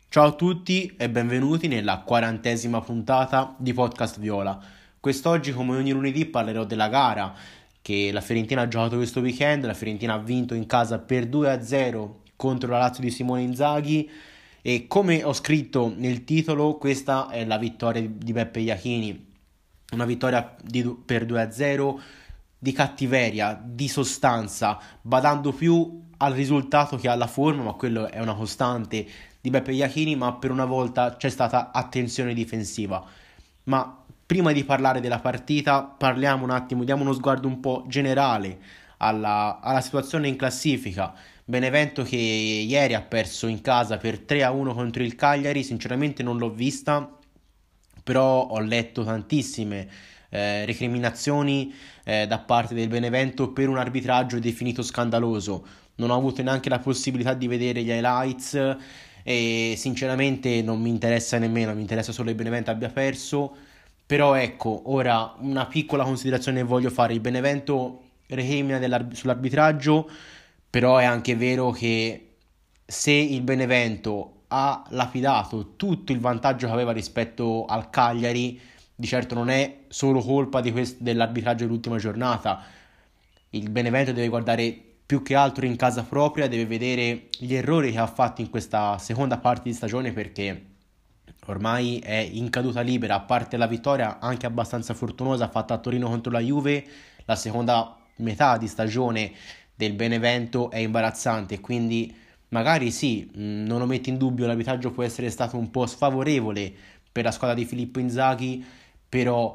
Ciao a tutti e benvenuti nella 40ª puntata di Podcast Viola. Quest'oggi, come ogni lunedì, parlerò della gara che la Fiorentina ha giocato questo weekend. La Fiorentina ha vinto in casa per 2-0 contro la Lazio di Simone Inzaghi e, come ho scritto nel titolo, questa è la vittoria di Beppe Iachini. Una vittoria per 2-0 di cattiveria, di sostanza, badando più al risultato che alla forma, ma quello è una costante di Beppe Iachini. Ma per una volta c'è stata attenzione difensiva. Ma prima di parlare della partita, parliamo un attimo, diamo uno sguardo un po' generale alla situazione in classifica. Benevento che ieri ha perso in casa per 3-1 contro il Cagliari. Sinceramente non l'ho vista, però ho letto tantissime recriminazioni da parte del Benevento per un arbitraggio definito scandaloso. Non ho avuto neanche la possibilità di vedere gli highlights e sinceramente non mi interessa nemmeno, mi interessa solo che il Benevento abbia perso. Però ecco, ora una piccola considerazione che voglio fare: il Benevento recrimina sull'arbitraggio, però è anche vero che se il Benevento ha lapidato tutto il vantaggio che aveva rispetto al Cagliari, di certo non è solo colpa dell'arbitraggio dell'ultima giornata. Il Benevento deve guardare più che altro in casa propria, deve vedere gli errori che ha fatto in questa seconda parte di stagione, perché ormai è in caduta libera. A parte la vittoria anche abbastanza fortunosa fatta a Torino contro la Juve, la seconda metà di stagione del Benevento è imbarazzante. Quindi magari sì, non lo metto in dubbio, l'arbitraggio può essere stato un po' sfavorevole per la squadra di Filippo Inzaghi, però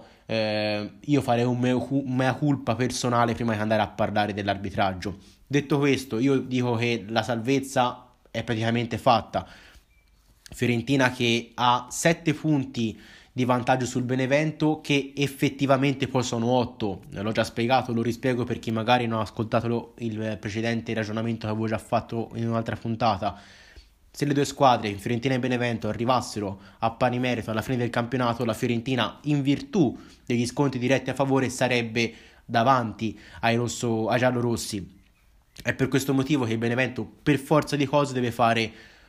io farei un mea culpa personale prima di andare a parlare dell'arbitraggio. Detto questo, io dico che la salvezza è praticamente fatta. Fiorentina che ha 7 punti di vantaggio sul Benevento, che effettivamente poi sono 8. L'ho già spiegato, lo rispiego per chi magari non ha ascoltato il precedente ragionamento che avevo già fatto in un'altra puntata. Se le due squadre, Fiorentina e Benevento, arrivassero a pari merito alla fine del campionato, la Fiorentina, in virtù degli sconti diretti a favore, sarebbe davanti ai giallorossi. È per questo motivo che il Benevento, per forza di cose, deve fare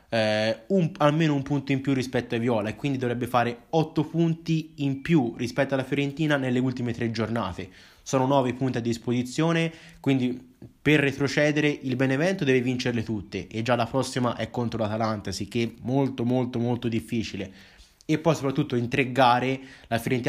almeno un punto in più rispetto ai viola, e quindi dovrebbe fare 8 punti in più rispetto alla Fiorentina nelle ultime 3 giornate. Sono 9 punti a disposizione, quindi per retrocedere il Benevento deve vincerle tutte, e già la prossima è contro l'Atalanta, sicché molto molto molto difficile. E poi soprattutto in 3 gare la Fiorentina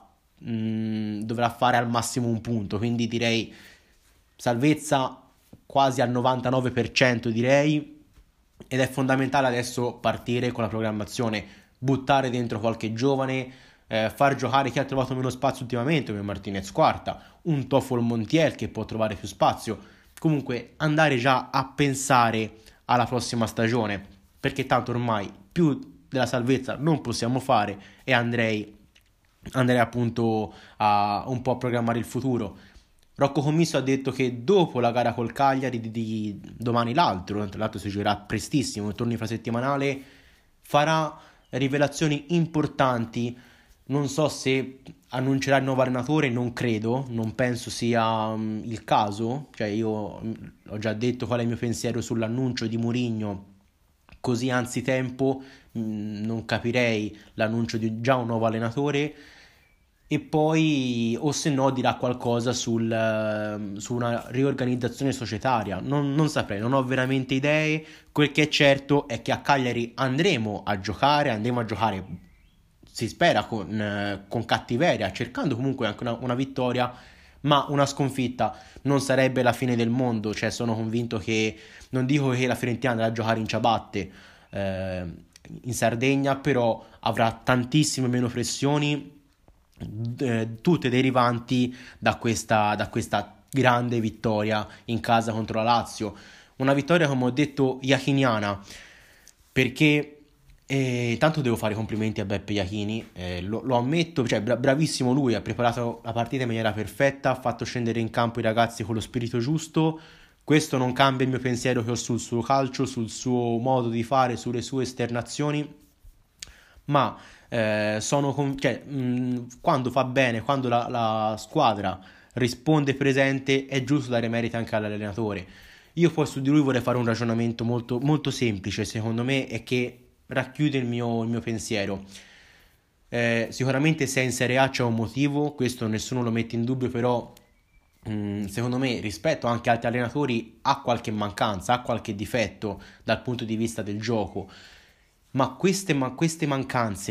dovrà fare al massimo un punto, quindi direi salvezza quasi al 99%, direi. Ed è fondamentale adesso partire con la programmazione, buttare dentro qualche giovane, far giocare chi ha trovato meno spazio ultimamente, come Martinez quarta, un Toffol Montiel che può trovare più spazio. Comunque andare già a pensare alla prossima stagione, perché tanto ormai più della salvezza non possiamo fare, e andrei appunto a un po' a programmare il futuro. Rocco Commisso ha detto che dopo la gara col Cagliari di domani, tra l'altro si giocherà prestissimo, torno infrasettimanale, farà rivelazioni importanti. Non so se annuncerà il nuovo allenatore, non credo, non penso sia il caso. Cioè, io ho già detto qual è il mio pensiero sull'annuncio di Mourinho, così anzitempo non capirei l'annuncio di già un nuovo allenatore. E poi, o se no, dirà qualcosa su una riorganizzazione societaria. Non saprei, non ho veramente idee. Quel che è certo è che a Cagliari andremo a giocare, si spera con cattiveria, cercando comunque anche una vittoria, ma una sconfitta non sarebbe la fine del mondo. Cioè, sono convinto che, non dico che la Fiorentina andrà a giocare in ciabatte in Sardegna, però avrà tantissime meno pressioni, tutte derivanti da questa grande vittoria in casa contro la Lazio. Una vittoria, come ho detto, iachiniana, perché tanto devo fare i complimenti a Beppe Iachini, lo ammetto, cioè bravissimo lui, ha preparato la partita in maniera perfetta, ha fatto scendere in campo i ragazzi con lo spirito giusto. Questo non cambia il mio pensiero che ho sul suo calcio, sul suo modo di fare, sulle sue esternazioni, ma quando fa bene, quando la squadra risponde presente, è giusto dare merito anche all'allenatore. Io poi su di lui vorrei fare un ragionamento molto, molto semplice, secondo me, è che racchiude il mio pensiero. Sicuramente se è in Serie A c'è un motivo, questo nessuno lo mette in dubbio, però secondo me rispetto anche ad altri allenatori ha qualche mancanza, ha qualche difetto dal punto di vista del gioco. Ma queste mancanze,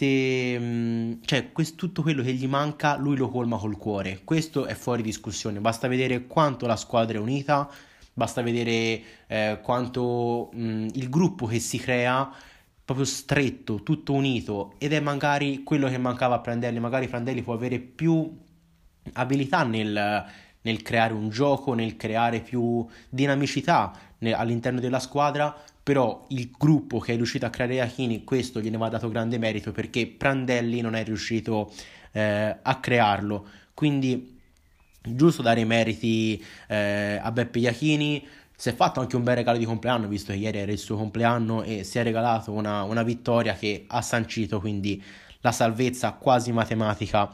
tutto quello che gli manca, lui lo colma col cuore. Questo è fuori discussione. Basta vedere quanto la squadra è unita, basta vedere quanto il gruppo che si crea, proprio stretto, tutto unito, ed è magari quello che mancava a Prandelli. Magari Prandelli può avere più abilità nel creare un gioco, nel creare più dinamicità all'interno della squadra, però il gruppo che è riuscito a creare Iachini, questo gliene va dato grande merito perché Prandelli non è riuscito a crearlo. Quindi giusto dare i meriti a Beppe Iachini. Si è fatto anche un bel regalo di compleanno, visto che ieri era il suo compleanno, e si è regalato una vittoria che ha sancito quindi la salvezza quasi matematica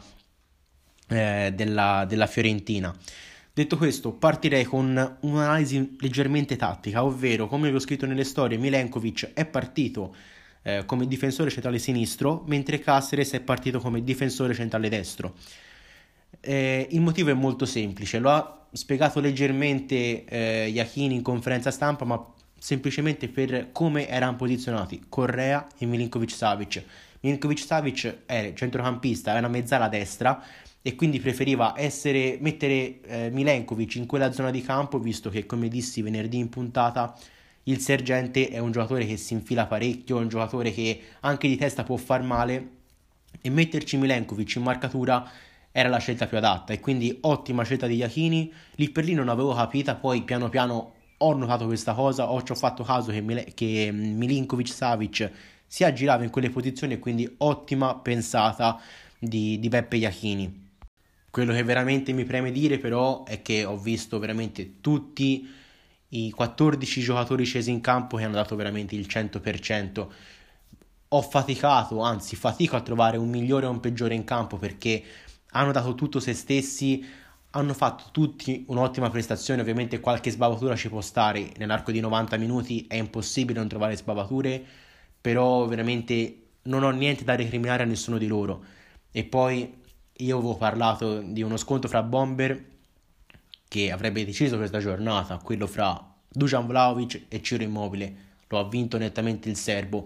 della Fiorentina. Detto questo, partirei con un'analisi leggermente tattica, ovvero, come vi ho scritto nelle storie, Milenkovic è partito come difensore centrale sinistro, mentre Caceres è partito come difensore centrale destro. Il motivo è molto semplice, lo ha spiegato leggermente Iachini in conferenza stampa, ma semplicemente per come erano posizionati Correa e Milinkovic-Savic. Milinkovic-Savic è centrocampista, è una mezzala a destra, e quindi preferiva mettere Milenkovic in quella zona di campo, visto che, come dissi venerdì in puntata, il sergente è un giocatore che si infila parecchio, è un giocatore che anche di testa può far male, e metterci Milenkovic in marcatura era la scelta più adatta, e quindi ottima scelta di Iachini. Lì per lì non avevo capita, poi piano piano ho notato questa cosa, ci ho fatto caso che Milinkovic-Savic si aggirava in quelle posizioni, e quindi ottima pensata di Beppe Iachini. Quello che veramente mi preme dire però è che ho visto veramente tutti i 14 giocatori scesi in campo che hanno dato veramente il 100%. Ho faticato, anzi fatico a trovare un migliore o un peggiore in campo, perché hanno dato tutto se stessi, hanno fatto tutti un'ottima prestazione. Ovviamente qualche sbavatura ci può stare, nell'arco di 90 minuti è impossibile non trovare sbavature, però veramente non ho niente da recriminare a nessuno di loro. E poi io avevo parlato di uno scontro fra bomber che avrebbe deciso questa giornata, quello fra Dusan Vlahovic e Ciro Immobile. Lo ha vinto nettamente il serbo.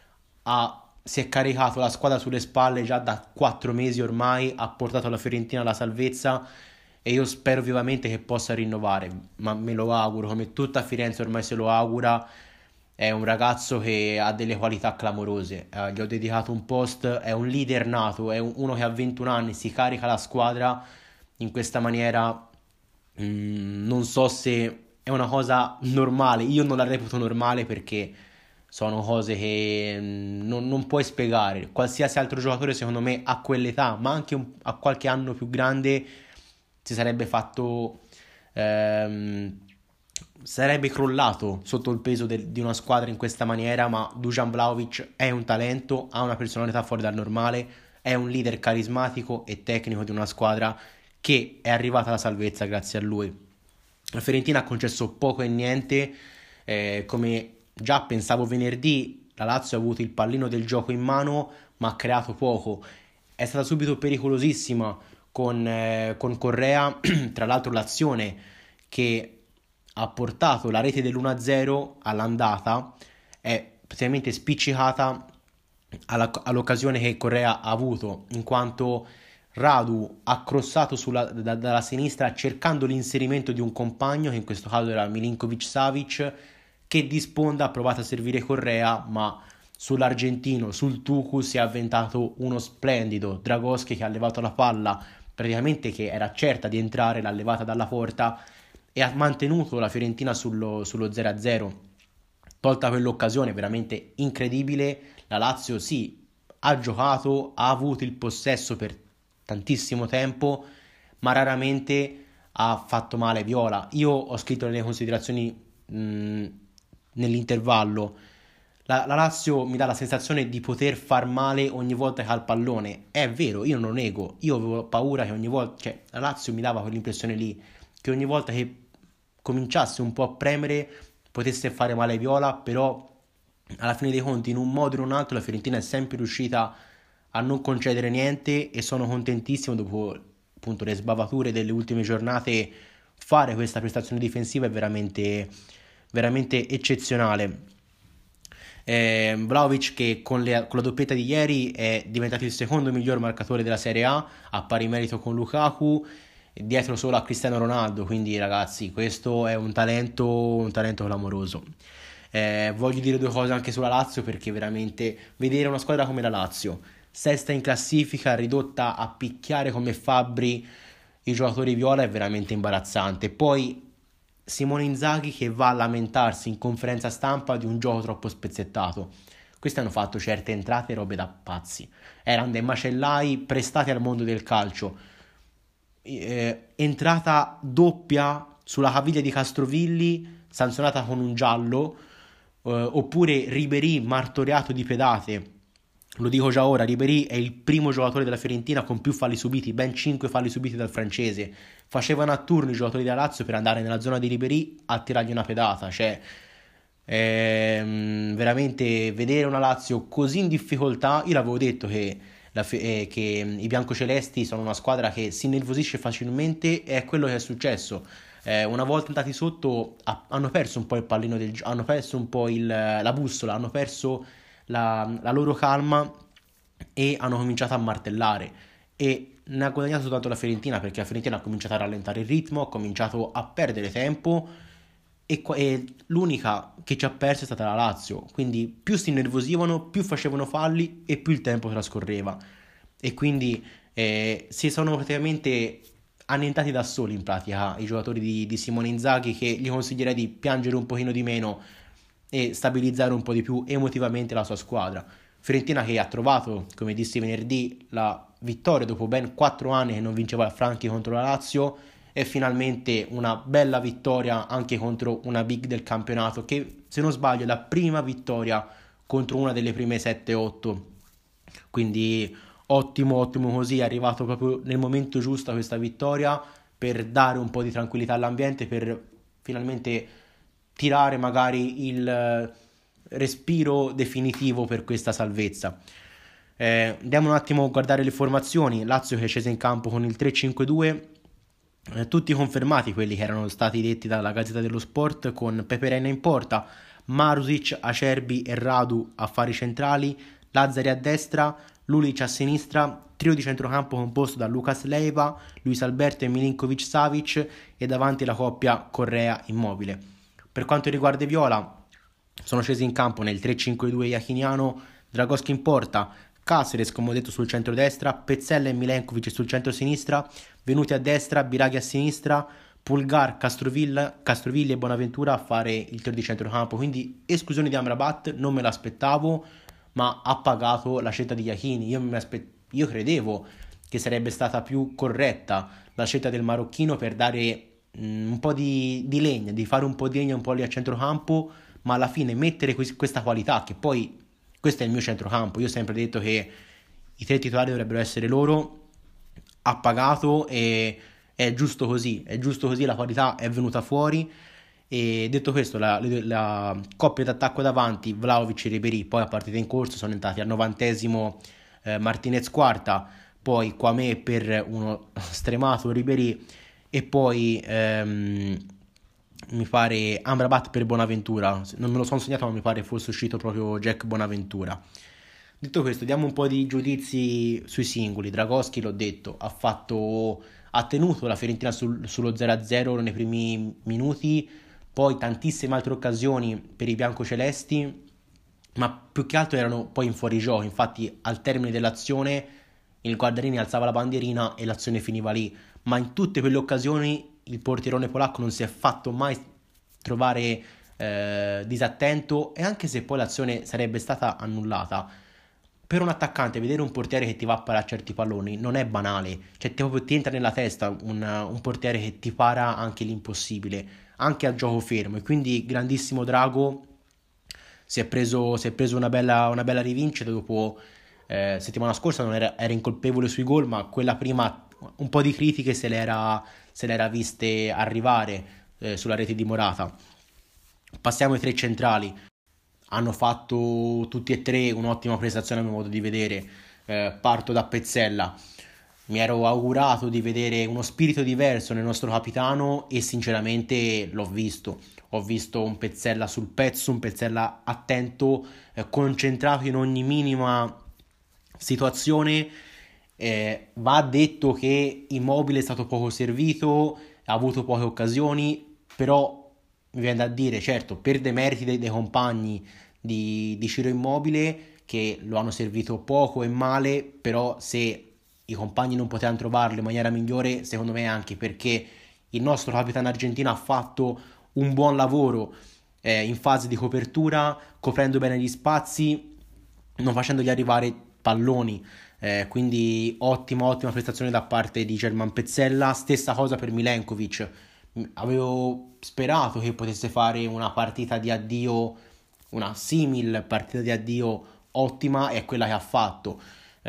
Si è caricato la squadra sulle spalle già da 4 mesi ormai, ha portato la Fiorentina alla salvezza, e io spero vivamente che possa rinnovare, ma me lo auguro, come tutta Firenze ormai se lo augura. È un ragazzo che ha delle qualità clamorose, gli ho dedicato un post, è un leader nato, è uno che a 21 anni si carica la squadra in questa maniera. Non so se è una cosa normale, io non la reputo normale, perché sono cose che non puoi spiegare. Qualsiasi altro giocatore, secondo me, a quell'età, ma anche a qualche anno più grande, si sarebbe fatto sarebbe crollato sotto il peso di una squadra in questa maniera. Ma Dusan Vlahovic è un talento, ha una personalità fuori dal normale, è un leader carismatico e tecnico di una squadra che è arrivata alla salvezza grazie a lui. La Fiorentina ha concesso poco e niente, come già pensavo venerdì, la Lazio ha avuto il pallino del gioco in mano, ma ha creato poco. È stata subito pericolosissima con Correa, tra l'altro l'azione che ha portato la rete dell'1-0 all'andata è praticamente spiccicata all'occasione che Correa ha avuto, in quanto Radu ha crossato dalla sinistra cercando l'inserimento di un compagno, che in questo caso era Milinkovic-Savic, che di sponda ha provato a servire Correa, ma sull'argentino, sul Tucu, si è avventato uno splendido Dragoschi che ha levato la palla, praticamente che era certa di entrare, l'ha levata dalla porta e ha mantenuto la Fiorentina sullo 0-0. Tolta quell'occasione veramente incredibile, la Lazio sì, ha giocato, ha avuto il possesso per tantissimo tempo, ma raramente ha fatto male Viola. Io ho scritto nelle considerazioni nell'intervallo, la Lazio mi dà la sensazione di poter far male ogni volta che ha il pallone. È vero, io non lo nego, io avevo paura che ogni volta, cioè la Lazio mi dava quell'impressione lì, che ogni volta che cominciasse un po' a premere potesse fare male Viola, però alla fine dei conti, in un modo o in un altro, la Fiorentina è sempre riuscita a non concedere niente, e sono contentissimo dopo appunto le sbavature delle ultime giornate. Fare questa prestazione difensiva è veramente, veramente eccezionale. Vlahovic, che con la doppietta di ieri è diventato il secondo miglior marcatore della Serie a pari merito con Lukaku, dietro solo a Cristiano Ronaldo. Quindi ragazzi, questo è un talento clamoroso. Voglio dire due cose anche sulla Lazio, perché veramente vedere una squadra come la Lazio, sesta in classifica, ridotta a picchiare come fabbri i giocatori viola, è veramente imbarazzante. Poi Simone Inzaghi che va a lamentarsi in conferenza stampa di un gioco troppo spezzettato. Questi hanno fatto certe entrate robe da pazzi. Erano dei macellai prestati al mondo del calcio. Entrata doppia sulla caviglia di Castrovilli, sanzionata con un giallo, oppure Ribéry martoriato di pedate. Lo dico già ora, Ribéry è il primo giocatore della Fiorentina con più falli subiti, ben 5 falli subiti dal francese. Facevano a turno i giocatori della Lazio per andare nella zona di Ribéry a tirargli una pedata. Cioè, veramente vedere una Lazio così in difficoltà. Io l'avevo detto che i biancocelesti sono una squadra che si innervosisce facilmente, e è quello che è successo. Una volta andati sotto hanno perso un po' il pallino hanno perso un po' la bussola, hanno perso la loro calma, e hanno cominciato a martellare, e ne ha guadagnato soltanto la Fiorentina, perché la Fiorentina ha cominciato a rallentare il ritmo, ha cominciato a perdere tempo, e l'unica che ci ha perso è stata la Lazio. Quindi più si innervosivano, più facevano falli e più il tempo trascorreva, e quindi si sono praticamente annientati da soli in pratica i giocatori di Simone Inzaghi, che gli consiglierei di piangere un pochino di meno e stabilizzare un po' di più emotivamente la sua squadra. Fiorentina che ha trovato, come dissi venerdì, la vittoria dopo ben 4 anni che non vinceva a Franchi contro la Lazio, e finalmente una bella vittoria anche contro una big del campionato, che se non sbaglio è la prima vittoria contro una delle prime 7-8. Quindi ottimo, ottimo così, è arrivato proprio nel momento giusto questa vittoria, per dare un po' di tranquillità all'ambiente, per finalmente tirare magari il respiro definitivo per questa salvezza. Andiamo un attimo a guardare le formazioni. Lazio che è scesa in campo con il 3-5-2, tutti confermati quelli che erano stati detti dalla Gazzetta dello Sport, con Pepe Reina in porta, Marusic, Acerbi e Radu a fari centrali, Lazzari a destra, Lulic a sinistra, trio di centrocampo composto da Lucas Leiva, Luis Alberto e Milinkovic Savic, e davanti la coppia Correa Immobile. Per quanto riguarda i viola, sono scesi in campo nel 3-5-2 Iachiniano, Dragoschi in porta, Caceres come ho detto sul centro-destra, Pezzella e Milenkovic sul centro-sinistra, Venuti a destra, Biraghi a sinistra, Pulgar, Castrovilli e Bonaventura a fare il tiro di centrocampo. Quindi esclusione di Amrabat, non me l'aspettavo, ma ha pagato la scelta di Iachini. Io credevo che sarebbe stata più corretta la scelta del marocchino, per dare un po' di legna, di fare un po' di legna un po' lì a centrocampo, ma alla fine mettere questa qualità, che poi questo è il mio centrocampo. Io ho sempre detto che i 3 titolari dovrebbero essere loro. Ha pagato, e è giusto così, la qualità è venuta fuori. E detto questo, la coppia d'attacco davanti, Vlahovic e Ribéry, poi a partita in corso sono entrati al 90esimo Martinez quarta, poi Quamé per uno stremato Ribéry, e poi mi pare Amrabat per Bonaventura. Non me lo sono segnato, ma mi pare fosse uscito proprio Jack Bonaventura. Detto questo, diamo un po' di giudizi sui singoli. Dragoschi, l'ho detto, ha tenuto la Fiorentina sullo 0-0 nei primi minuti, poi tantissime altre occasioni per i biancocelesti, ma più che altro erano poi in fuorigioco. Infatti al termine dell'azione il Guardarini alzava la bandierina e l'azione finiva lì, ma in tutte quelle occasioni il portierone polacco non si è fatto mai trovare disattento, e anche se poi l'azione sarebbe stata annullata, per un attaccante vedere un portiere che ti va a parare a certi palloni non è banale. Cioè ti entra nella testa un portiere che ti para anche l'impossibile, anche al gioco fermo. E quindi grandissimo Drago, si è preso una bella rivincita. Dopo settimana scorsa non era incolpevole sui gol, ma quella prima un po' di critiche se le era viste arrivare sulla rete di Morata. Passiamo ai 3 centrali. hanno fatto tutti e tre un'ottima prestazione a mio modo di vedere. Parto da Pezzella. Mi ero augurato di vedere uno spirito diverso nel nostro capitano e sinceramente l'ho visto. Ho visto un Pezzella sul pezzo, un Pezzella attento, concentrato in ogni minima situazione. Va detto che Immobile è stato poco servito, ha avuto poche occasioni, però mi viene da dire, certo, per demeriti dei compagni di Ciro Immobile che lo hanno servito poco e male, però se i compagni non potevano trovarlo in maniera migliore, secondo me anche perché il nostro capitano argentino ha fatto un buon lavoro in fase di copertura, coprendo bene gli spazi, non facendogli arrivare palloni. Quindi ottima prestazione da parte di German Pezzella. Stessa cosa per Milenkovic. Avevo sperato che potesse fare una partita di addio, una simil partita di addio ottima, e è quella che ha fatto.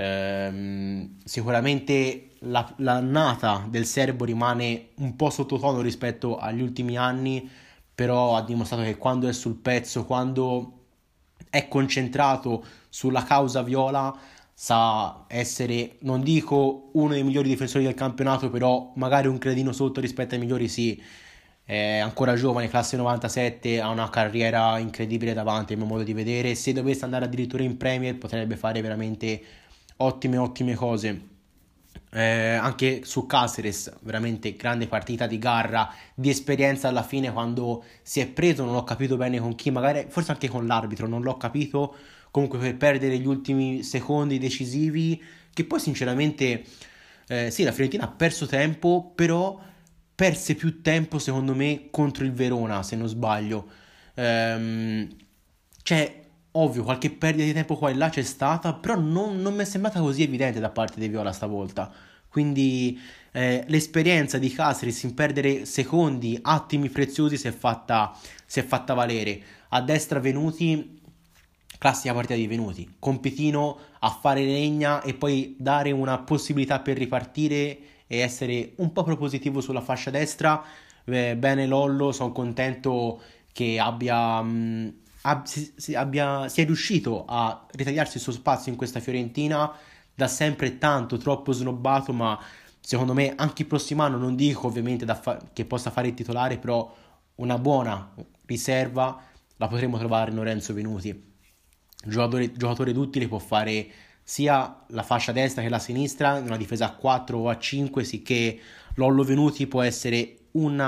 Sicuramente l'annata del serbo rimane un po' sottotono rispetto agli ultimi anni, però ha dimostrato che quando è sul pezzo, quando è concentrato sulla causa viola, sa essere, non dico uno dei migliori difensori del campionato, però magari un gradino sotto rispetto ai migliori sì. È ancora giovane, classe 97, ha una carriera incredibile davanti, a mio modo di vedere. Se dovesse andare addirittura in Premier potrebbe fare veramente ottime cose. Anche su Caceres, veramente grande partita di garra, di esperienza alla fine quando si è preso, non ho capito bene con chi, magari forse anche con l'arbitro, non l'ho capito, comunque per perdere gli ultimi secondi decisivi, che poi sinceramente sì, la Fiorentina ha perso tempo, però perse più tempo secondo me contro il Verona, se non sbaglio. Ehm, cioè, ovvio, qualche perdita di tempo qua e là c'è stata, però non mi è sembrata così evidente da parte dei Viola stavolta. Quindi l'esperienza di Caceres in perdere secondi, attimi preziosi si è fatta valere. A destra Venuti, classica partita di Venuti, compitino a fare legna e poi dare una possibilità per ripartire e essere un po' propositivo sulla fascia destra. Bene Lollo, sono contento che sia riuscito a ritagliarsi il suo spazio in questa Fiorentina. Da sempre tanto, troppo snobbato, ma secondo me anche il prossimo anno, non dico ovviamente che possa fare il titolare, però una buona riserva la potremo trovare in Lorenzo Venuti. Giocatore d'utile, può fare sia la fascia destra che la sinistra in una difesa a 4 o a 5, sicché Lollo Venuti può essere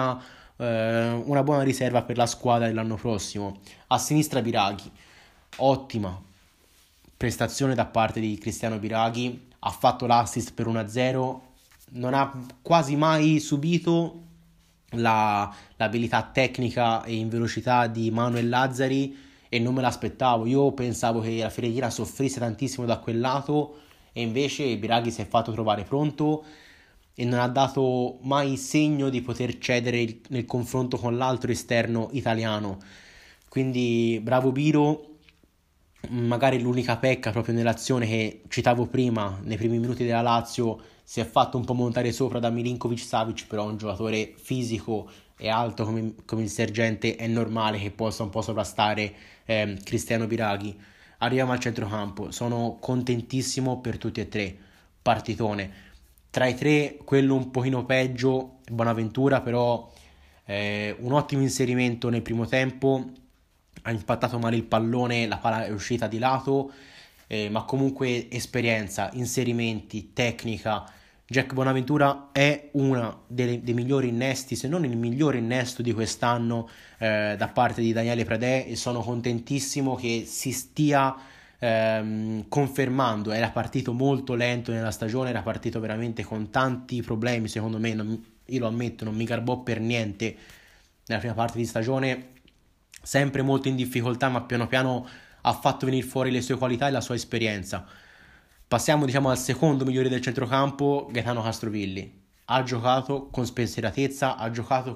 una buona riserva per la squadra dell'anno prossimo. A sinistra Biraghi, ottima prestazione da parte di Cristiano Biraghi, ha fatto l'assist per 1-0, non ha quasi mai subito l'abilità tecnica e in velocità di Manuel Lazzari, e non me l'aspettavo. Io pensavo che la Fiorentina soffrisse tantissimo da quel lato, e invece Biraghi si è fatto trovare pronto e non ha dato mai segno di poter cedere nel confronto con l'altro esterno italiano. Quindi bravo Biro. Magari l'unica pecca proprio nell'azione che citavo prima, nei primi minuti della Lazio, si è fatto un po' montare sopra da Milinkovic-Savic, però un giocatore fisico e alto come il sergente è normale che possa un po' sovrastare Cristiano Biraghi. Arriviamo al centrocampo, sono contentissimo per tutti e tre, partitone. Tra i tre, quello un pochino peggio, Bonaventura, però un ottimo inserimento nel primo tempo, ha impattato male il pallone, la palla è uscita di lato, ma comunque esperienza, inserimenti, tecnica. Jack Bonaventura è uno dei migliori innesti, se non il migliore innesto di quest'anno da parte di Daniele Pradè, e sono contentissimo che si stia confermando. Era partito molto lento nella stagione, era partito veramente con tanti problemi, secondo me, io lo ammetto, non mi garbò per niente nella prima parte di stagione, sempre molto in difficoltà, ma piano piano ha fatto venire fuori le sue qualità e la sua esperienza. Passiamo diciamo al secondo migliore del centrocampo, Gaetano Castrovilli. Ha giocato con spensieratezza, ha giocato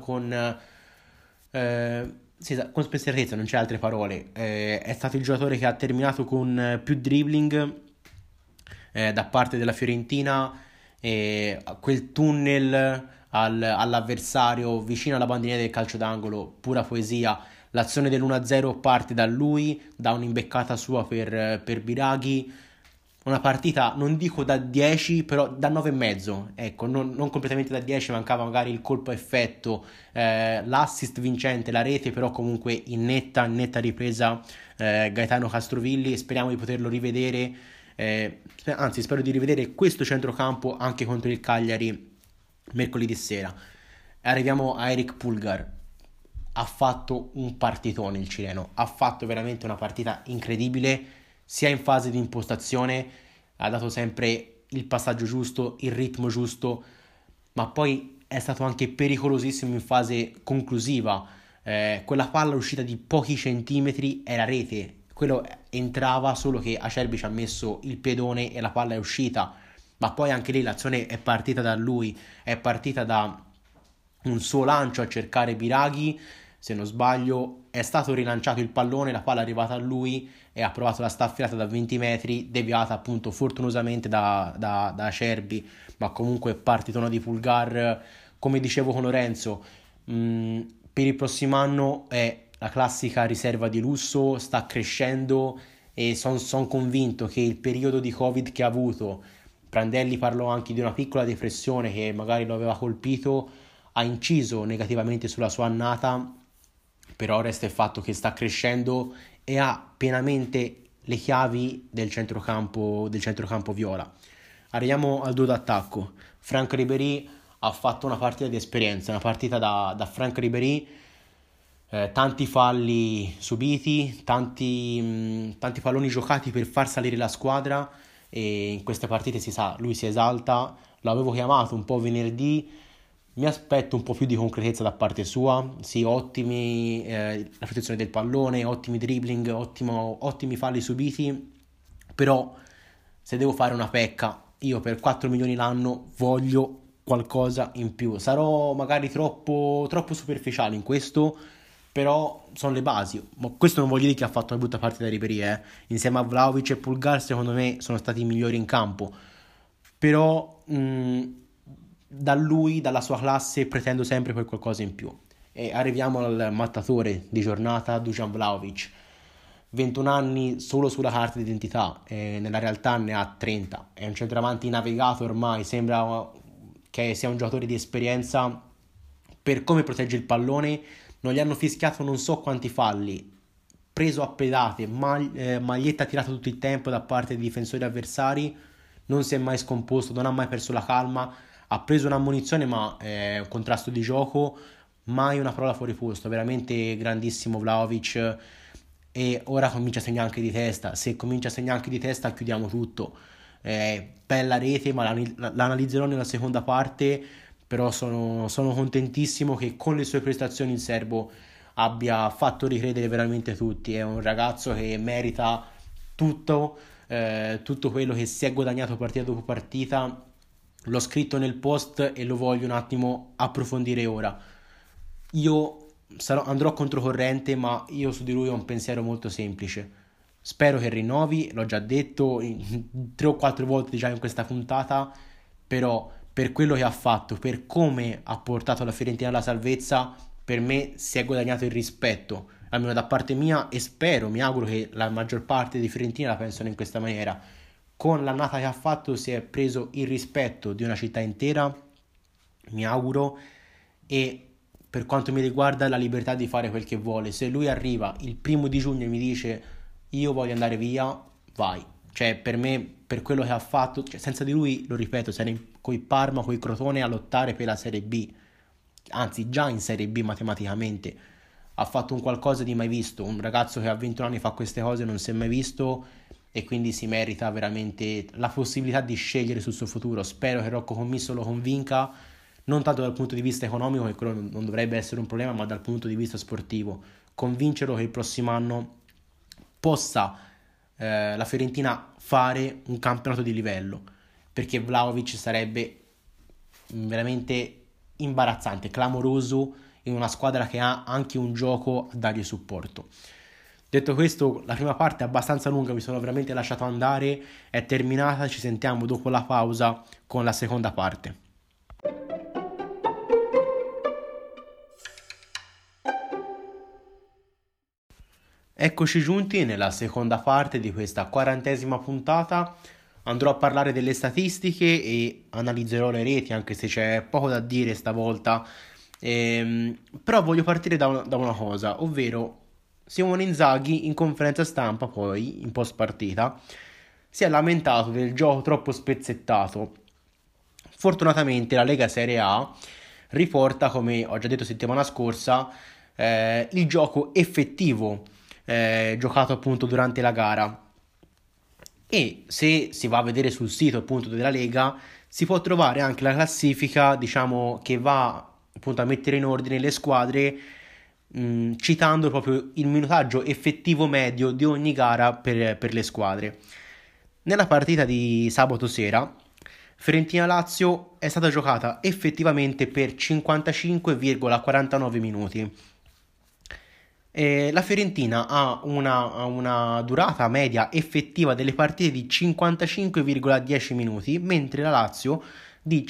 con spensieratezza, non c'è altre parole. È stato il giocatore che ha terminato con più dribbling da parte della Fiorentina, quel tunnel all'avversario vicino alla bandierina del calcio d'angolo, pura poesia. L'azione dell'1-0 parte da lui, da un'imbeccata sua per Biraghi. Una partita, non dico da 10, però da 9,5. Ecco, non completamente da 10, mancava magari il colpo a effetto, l'assist vincente, la rete, però comunque in netta ripresa Gaetano Castrovilli. Speriamo di poterlo rivedere, anzi spero di rivedere questo centrocampo anche contro il Cagliari mercoledì sera. Arriviamo a Eric Pulgar. Ha fatto un partitone il cileno, ha fatto veramente una partita incredibile, sia in fase di impostazione, ha dato sempre il passaggio giusto, il ritmo giusto, ma poi è stato anche pericolosissimo in fase conclusiva. Quella palla uscita di pochi centimetri era rete, quello entrava, solo che Acerbi ci ha messo il pedone e la palla è uscita, ma poi anche lì l'azione è partita da lui, è partita da un suo lancio a cercare Biraghi, se non sbaglio è stato rilanciato il pallone, la palla è arrivata a lui e ha provato la staffilata da 20 metri, deviata appunto fortunosamente da Acerbi, ma comunque partitona di Pulgar. Come dicevo con Lorenzo, per il prossimo anno è la classica riserva di lusso, sta crescendo e sono convinto che il periodo di Covid che ha avuto, Prandelli parlò anche di una piccola depressione che magari lo aveva colpito, ha inciso negativamente sulla sua annata, però resta il fatto che sta crescendo e ha pienamente le chiavi del centrocampo viola. Arriviamo al duo d'attacco. Franck Ribéry ha fatto una partita di esperienza, una partita da Franck Ribéry, tanti falli subiti, tanti palloni giocati per far salire la squadra, e in queste partite si sa, lui si esalta. L'avevo chiamato un po' venerdì, mi aspetto un po' più di concretezza da parte sua, sì, ottimi la protezione del pallone, ottimi dribbling, ottimi falli subiti, però se devo fare una pecca, io per 4 milioni l'anno voglio qualcosa in più. Sarò magari troppo superficiale in questo, però sono le basi. Ma questo non voglio dire che ha fatto una brutta partita da Ribéry, insieme a Vlahovic e Pulgar secondo me sono stati i migliori in campo, però da lui, dalla sua classe, pretendo sempre per qualcosa in più. E arriviamo al mattatore di giornata, Dusan Vlahovic. 21 anni solo sulla carta d'identità, e nella realtà ne ha 30. È un centravanti navigato ormai, sembra che sia un giocatore di esperienza per come protegge il pallone. Non gli hanno fischiato non so quanti falli, preso a pedate, maglietta tirata tutto il tempo da parte dei difensori avversari, non si è mai scomposto, non ha mai perso la calma, ha preso un'ammonizione ma un contrasto di gioco, mai una parola fuori posto, veramente grandissimo Vlahovic. E ora comincia a segnare anche di testa, se comincia a segnare anche di testa chiudiamo tutto. Bella rete, ma l'analizzerò nella seconda parte, però sono contentissimo che con le sue prestazioni il serbo abbia fatto ricredere veramente tutti. È un ragazzo che merita tutto quello che si è guadagnato partita dopo partita. L'ho scritto nel post e lo voglio un attimo approfondire ora. Io andrò controcorrente, ma io su di lui ho un pensiero molto semplice. Spero che rinnovi, l'ho già detto 3 o 4 volte già in questa puntata, però per quello che ha fatto, per come ha portato la Fiorentina alla salvezza, per me si è guadagnato il rispetto, almeno da parte mia, e spero, mi auguro che la maggior parte dei Fiorentina la pensano in questa maniera. Con l'annata che ha fatto si è preso il rispetto di una città intera, mi auguro, e per quanto mi riguarda la libertà di fare quel che vuole. Se lui arriva il 1 giugno e mi dice io voglio andare via, vai. Cioè per me, per quello che ha fatto, cioè, senza di lui, lo ripeto, sarei coi Parma, coi Crotone a lottare per la Serie B, anzi già in Serie B matematicamente. Ha fatto un qualcosa di mai visto, un ragazzo che a 21 anni fa queste cose non si è mai visto, e quindi si merita veramente la possibilità di scegliere sul suo futuro. Spero che Rocco Commisso lo convinca, non tanto dal punto di vista economico, che quello non dovrebbe essere un problema, ma dal punto di vista sportivo. Convincerlo che il prossimo anno possa la Fiorentina fare un campionato di livello, perché Vlahovic sarebbe veramente imbarazzante, clamoroso in una squadra che ha anche un gioco a dargli supporto. Detto questo, la prima parte è abbastanza lunga, mi sono veramente lasciato andare, è terminata, ci sentiamo dopo la pausa con la seconda parte. Eccoci giunti nella seconda parte di questa 40ª puntata. Andrò a parlare delle statistiche e analizzerò le reti, anche se c'è poco da dire stavolta. Però voglio partire da una cosa, ovvero Simone Inzaghi in conferenza stampa, poi in post partita, si è lamentato del gioco troppo spezzettato. Fortunatamente la Lega Serie A riporta, come ho già detto settimana scorsa, il gioco effettivo giocato appunto durante la gara. E se si va a vedere sul sito appunto della Lega si può trovare anche la classifica, diciamo, che va appunto a mettere in ordine le squadre, citando proprio il minutaggio effettivo medio di ogni gara per le squadre. Nella partita di sabato sera Fiorentina-Lazio è stata giocata effettivamente per 55,49 minuti. La Fiorentina ha una durata media effettiva delle partite di 55,10 minuti, mentre la Lazio di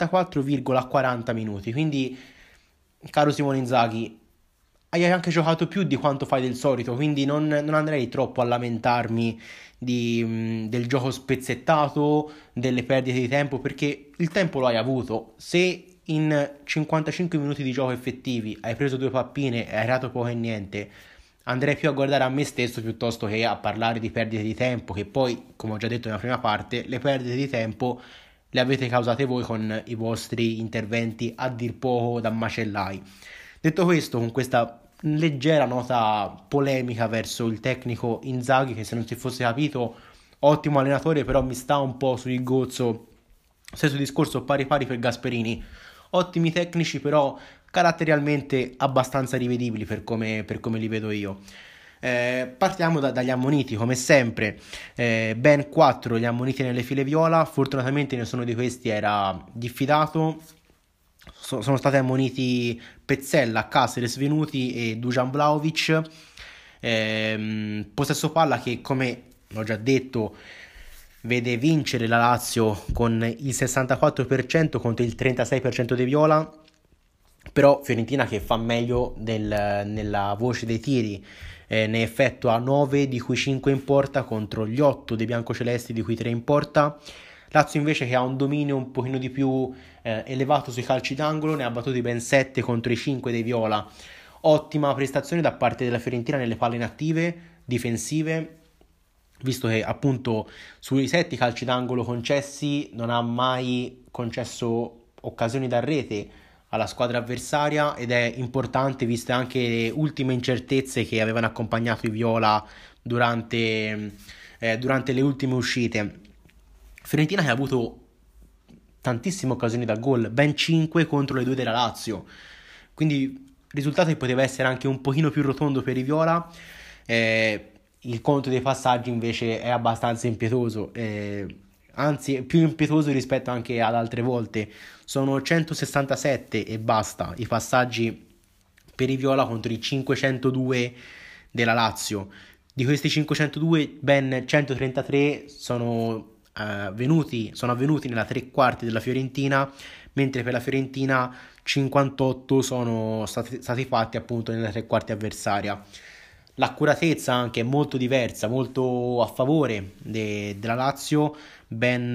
54,40 minuti. Quindi, caro Simone Inzaghi, hai anche giocato più di quanto fai del solito, quindi non andrei troppo a lamentarmi del gioco spezzettato, delle perdite di tempo, perché il tempo lo hai avuto. Se in 55 minuti di gioco effettivi hai preso 2 pappine e hai dato poco e niente, andrei più a guardare a me stesso piuttosto che a parlare di perdite di tempo, che poi, come ho già detto nella prima parte, le perdite di tempo le avete causate voi con i vostri interventi a dir poco da macellai. Detto questo, con questa leggera nota polemica verso il tecnico Inzaghi, che se non si fosse capito, ottimo allenatore, però mi sta un po' sul gozzo. Stesso discorso pari pari per Gasperini. Ottimi tecnici, però caratterialmente abbastanza rivedibili per come li vedo io. Partiamo dagli ammoniti, come sempre. Ben 4 gli ammoniti nelle file viola. Fortunatamente nessuno di questi era diffidato. Sono stati ammoniti Pezzella, Caceres, Venuti e Dusan Vlahovic. Possesso palla che, come ho già detto, vede vincere la Lazio con il 64% contro il 36% dei viola. Però Fiorentina, che fa meglio nella voce dei tiri, ne effettua 9 di cui 5 in porta contro gli 8 dei biancocelesti di cui 3 in porta. Lazio invece, che ha un dominio un pochino di più elevato sui calci d'angolo, ne ha battuti ben 7 contro i 5 dei viola. Ottima prestazione da parte della Fiorentina nelle palle inattive, difensive, visto che appunto sui 7 calci d'angolo concessi non ha mai concesso occasioni da rete alla squadra avversaria, ed è importante viste anche le ultime incertezze che avevano accompagnato i viola durante le ultime uscite. Fiorentina che ha avuto tantissime occasioni da gol, ben 5 contro le 2 della Lazio, quindi risultato che poteva essere anche un pochino più rotondo per i viola. Il conto dei passaggi invece è abbastanza impietoso, anzi più impietoso rispetto anche ad altre volte. Sono 167 e basta i passaggi per i viola contro i 502 della Lazio. Di questi 502 ben 133 sono avvenuti nella 3/4 della Fiorentina, mentre per la Fiorentina 58 sono stati fatti appunto nella 3/4 avversaria. L'accuratezza anche è molto diversa, molto a favore della Lazio, ben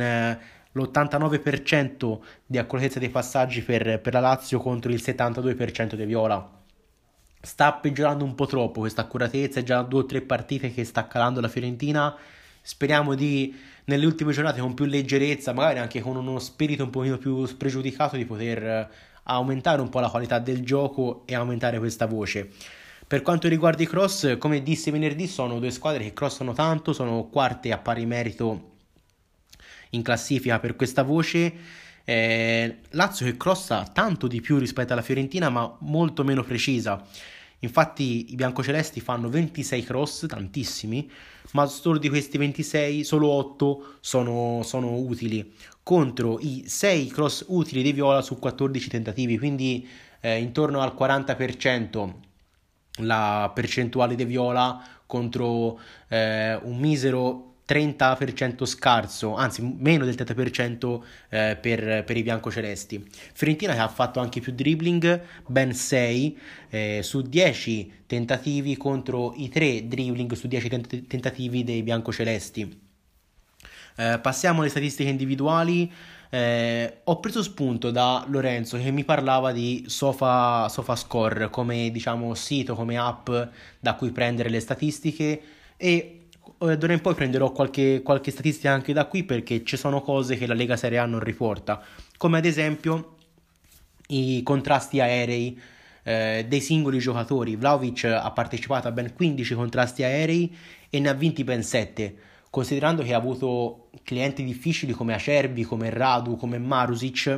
l'89% di accuratezza dei passaggi per la Lazio contro il 72% dei viola. Sta peggiorando un po' troppo questa accuratezza, è già 2 o 3 partite che sta calando la Fiorentina. Speriamo di, nelle ultime giornate, con più leggerezza, magari anche con uno spirito un pochino più spregiudicato, di poter aumentare un po' la qualità del gioco e aumentare questa voce. Per quanto riguarda i cross, come dissi venerdì, sono 2 squadre che crossano tanto, sono quarte a pari merito in classifica per questa voce. Lazio che crossa tanto di più rispetto alla Fiorentina, ma molto meno precisa. Infatti i biancocelesti fanno 26 cross, tantissimi, ma solo di questi 26 solo 8 sono utili, contro i 6 cross utili dei viola su 14 tentativi, quindi intorno al 40% la percentuale dei viola contro un misero 30% scarso, anzi meno del 30% per i biancocelesti. Fiorentina che ha fatto anche più dribbling, ben 6 su 10 tentativi contro i 3 dribbling su 10 tentativi dei biancocelesti. Passiamo alle statistiche individuali. Ho preso spunto da Lorenzo che mi parlava di SofaScore come diciamo sito, come app da cui prendere le statistiche, e d'ora in poi prenderò qualche statistica anche da qui, perché ci sono cose che la Lega Serie A non riporta, come ad esempio i contrasti aerei dei singoli giocatori. Vlahovic ha partecipato a ben 15 contrasti aerei e ne ha vinti ben 7. Considerando che ha avuto clienti difficili come Acerbi, come Radu, come Marusic,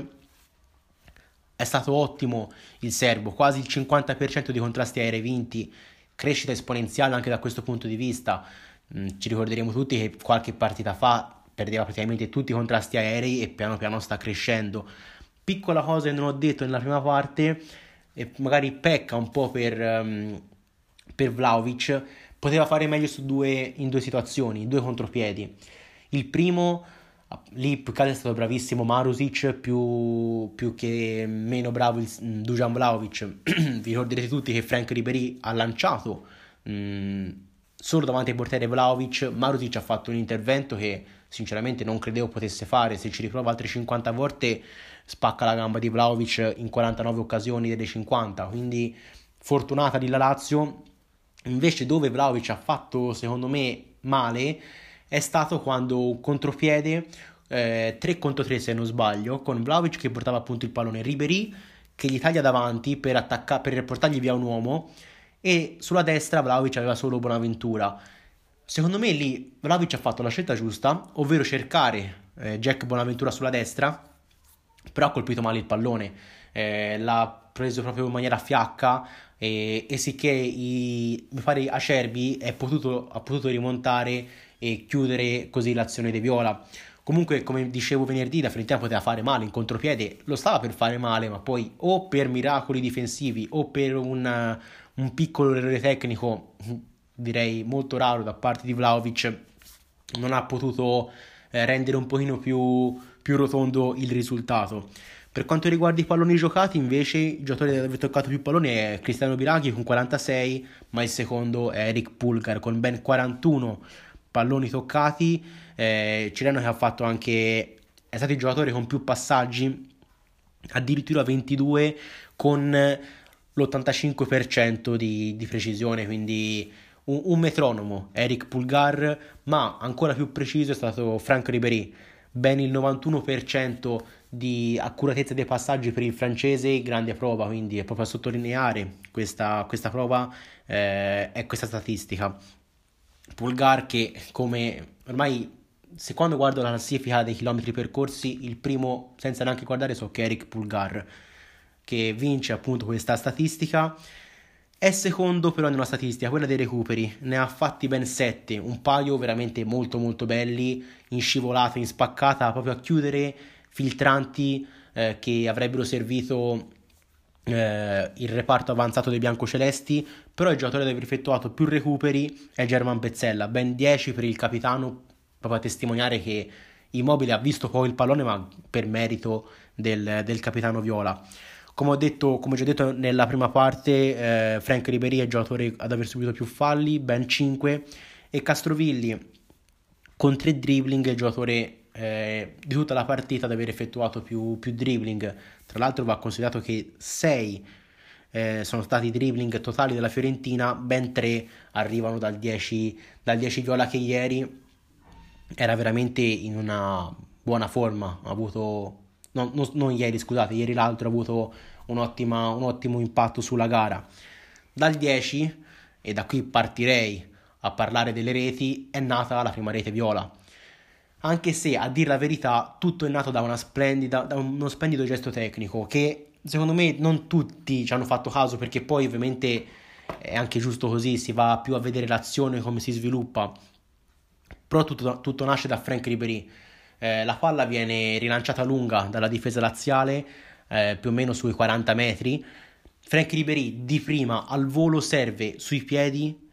è stato ottimo il serbo, quasi il 50% di contrasti aerei vinti, crescita esponenziale anche da questo punto di vista. Ci ricorderemo tutti che qualche partita fa perdeva praticamente tutti i contrasti aerei e piano piano sta crescendo. Piccola cosa che non ho detto nella prima parte, e magari pecca un po' per Vlahovic, poteva fare meglio in due situazioni, due contropiedi. Il primo, lì più che altro è stato bravissimo Marusic, più che meno bravo Dusan Vlahovic. Vi ricorderete tutti che Franck Ribéry ha lanciato solo davanti ai portiere Vlahovic. Marusic ha fatto un intervento che sinceramente non credevo potesse fare. Se ci riprova altre 50 volte spacca la gamba di Vlahovic in 49 occasioni delle 50, quindi fortunata di la Lazio. Invece dove Vlahovic ha fatto secondo me male è stato quando un contropiede 3 contro 3 se non sbaglio, con Vlahovic che portava appunto il pallone, Ribéry che gli taglia davanti per portargli via un uomo, e sulla destra Vlahovic aveva solo Bonaventura. Secondo me lì Vlahovic ha fatto la scelta giusta, ovvero cercare Jack Bonaventura sulla destra, però ha colpito male il pallone, l'ha preso proprio in maniera fiacca, e sicché mi pare Acerbi ha potuto rimontare e chiudere così l'azione dei Viola. Comunque, come dicevo venerdì, la Fiorentina poteva fare male in contropiede, lo stava per fare male, ma poi o per miracoli difensivi o per un piccolo errore tecnico, direi molto raro da parte di Vlahovic, non ha potuto rendere un pochino più rotondo il risultato. Per quanto riguarda i palloni giocati, invece, il giocatore ad aver toccato più palloni è Cristiano Biraghi con 46, ma il secondo è Eric Pulgar con ben 41 palloni toccati. Cireno che ha fatto anche, è stato il giocatore con più passaggi, addirittura 22, con l'85% di precisione, quindi un metronomo Eric Pulgar, ma ancora più preciso è stato Franck Ribéry, ben il 91% di accuratezza dei passaggi per il francese, grande prova, quindi è proprio a sottolineare questa prova, è questa statistica. Pulgar che, come ormai, se quando guardo la classifica dei chilometri percorsi, il primo senza neanche guardare so che è Eric Pulgar, che vince appunto questa statistica. È secondo però nella statistica, quella dei recuperi, ne ha fatti ben 7, un paio veramente molto molto belli, in scivolata, in spaccata, proprio a chiudere filtranti che avrebbero servito il reparto avanzato dei biancocelesti. Però il giocatore ad aver effettuato più recuperi è German Pezzella, ben 10 per il capitano, proprio a testimoniare che Immobile ha visto poi il pallone, ma per merito del capitano Viola. Come ho già detto nella prima parte, Franck Ribéry è il giocatore ad aver subito più falli, ben 5, e Castrovilli con 3 dribbling è il giocatore di tutta la partita ad aver effettuato più dribbling. Tra l'altro va considerato che 6 sono stati i dribbling totali della Fiorentina, ben 3 arrivano dal 10 Viola, che ieri era veramente in una buona forma, ha avuto... No, non ieri, scusate, ieri l'altro ha avuto un ottimo impatto sulla gara. Dal 10, e da qui partirei a parlare delle reti, è nata la prima rete viola. Anche se, a dir la verità, tutto è nato da uno splendido gesto tecnico che secondo me non tutti ci hanno fatto caso, perché poi ovviamente è anche giusto così, si va più a vedere l'azione, come si sviluppa. Però tutto nasce da Franck Ribéry. La palla viene rilanciata lunga dalla difesa laziale, più o meno sui 40 metri. Franck Ribéry di prima al volo serve sui piedi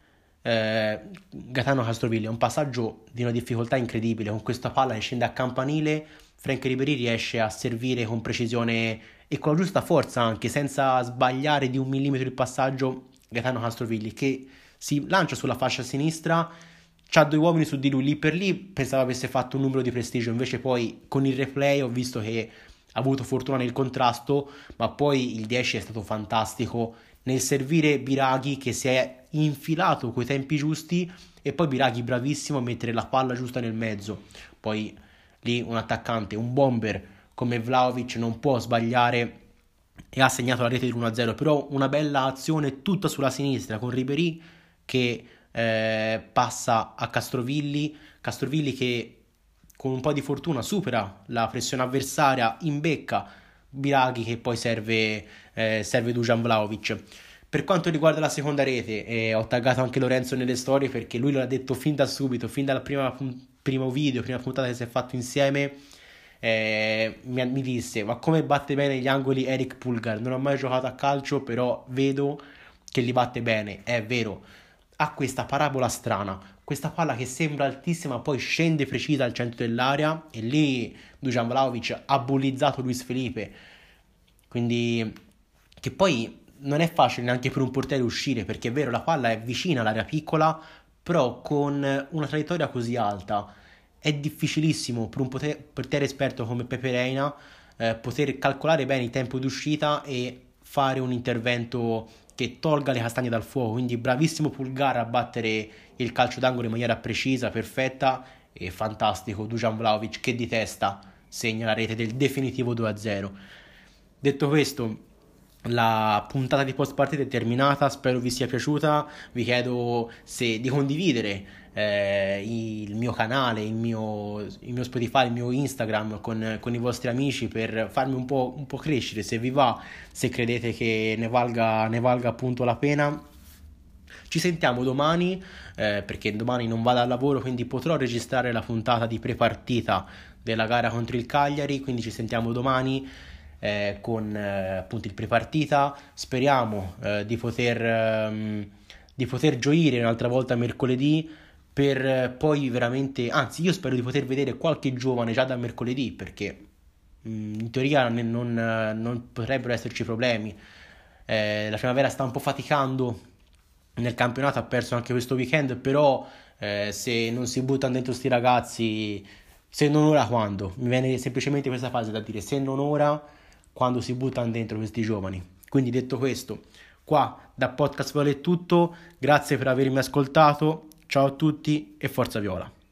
Gaetano Castrovilli, è un passaggio di una difficoltà incredibile, con questa palla che scende a campanile, Frank Ribéry riesce a servire con precisione e con la giusta forza anche, senza sbagliare di un millimetro il passaggio, Gaetano Castrovilli che si lancia sulla fascia sinistra, c'ha due uomini su di lui, lì per lì pensavo avesse fatto un numero di prestigio, invece poi con il replay ho visto che ha avuto fortuna nel contrasto, ma poi il 10 è stato fantastico nel servire Biraghi che si è infilato coi tempi giusti e poi Biraghi bravissimo a mettere la palla giusta nel mezzo. Poi lì un attaccante, un bomber come Vlahovic non può sbagliare e ha segnato la rete dell'1-0, però una bella azione tutta sulla sinistra con Ribéry che passa a Castrovilli che con un po' di fortuna supera la pressione avversaria, imbecca Biraghi che poi serve Dusan Vlahovic. Per quanto riguarda la seconda rete, ho taggato anche Lorenzo nelle storie perché lui l'ha detto fin da subito, fin dalla primo video, prima puntata che si è fatto insieme. Mi disse: ma come batte bene gli angoli Eric Pulgar? Non ho mai giocato a calcio, però vedo che li batte bene. È vero, ha questa parabola strana, questa palla che sembra altissima, poi scende precisa al centro dell'area e lì Dusan Vlahovic ha bullizzato Luis Felipe. Quindi, che poi non è facile neanche per un portiere uscire, perché è vero, la palla è vicina all'area piccola, però con una traiettoria così alta è difficilissimo per un portiere esperto come Pepe Reina poter calcolare bene il tempo d'uscita e fare un intervento che tolga le castagne dal fuoco. Quindi bravissimo Pulgar a battere il calcio d'angolo in maniera precisa, perfetta e fantastico Dusan Vlahovic che di testa segna la rete del definitivo 2-0. Detto questo, la puntata di post partita è terminata, spero vi sia piaciuta, vi chiedo di condividere il mio canale, il mio Spotify, il mio Instagram con i vostri amici per farmi un po' crescere, se vi va, se credete che ne valga appunto la pena. Ci sentiamo domani, perché domani non vado al lavoro, quindi potrò registrare la puntata di prepartita della gara contro il Cagliari, quindi ci sentiamo domani con appunto il prepartita. Speriamo di poter gioire un'altra volta mercoledì per poi veramente, anzi io spero di poter vedere qualche giovane già da mercoledì perché in teoria non potrebbero esserci problemi. La primavera sta un po' faticando nel campionato, ha perso anche questo weekend, però se non si buttano dentro sti ragazzi, se non ora quando? Mi viene semplicemente questa fase da dire, se non ora quando si buttano dentro questi giovani. Quindi detto questo, qua da Podcast Viola è tutto, grazie per avermi ascoltato, ciao a tutti e forza Viola.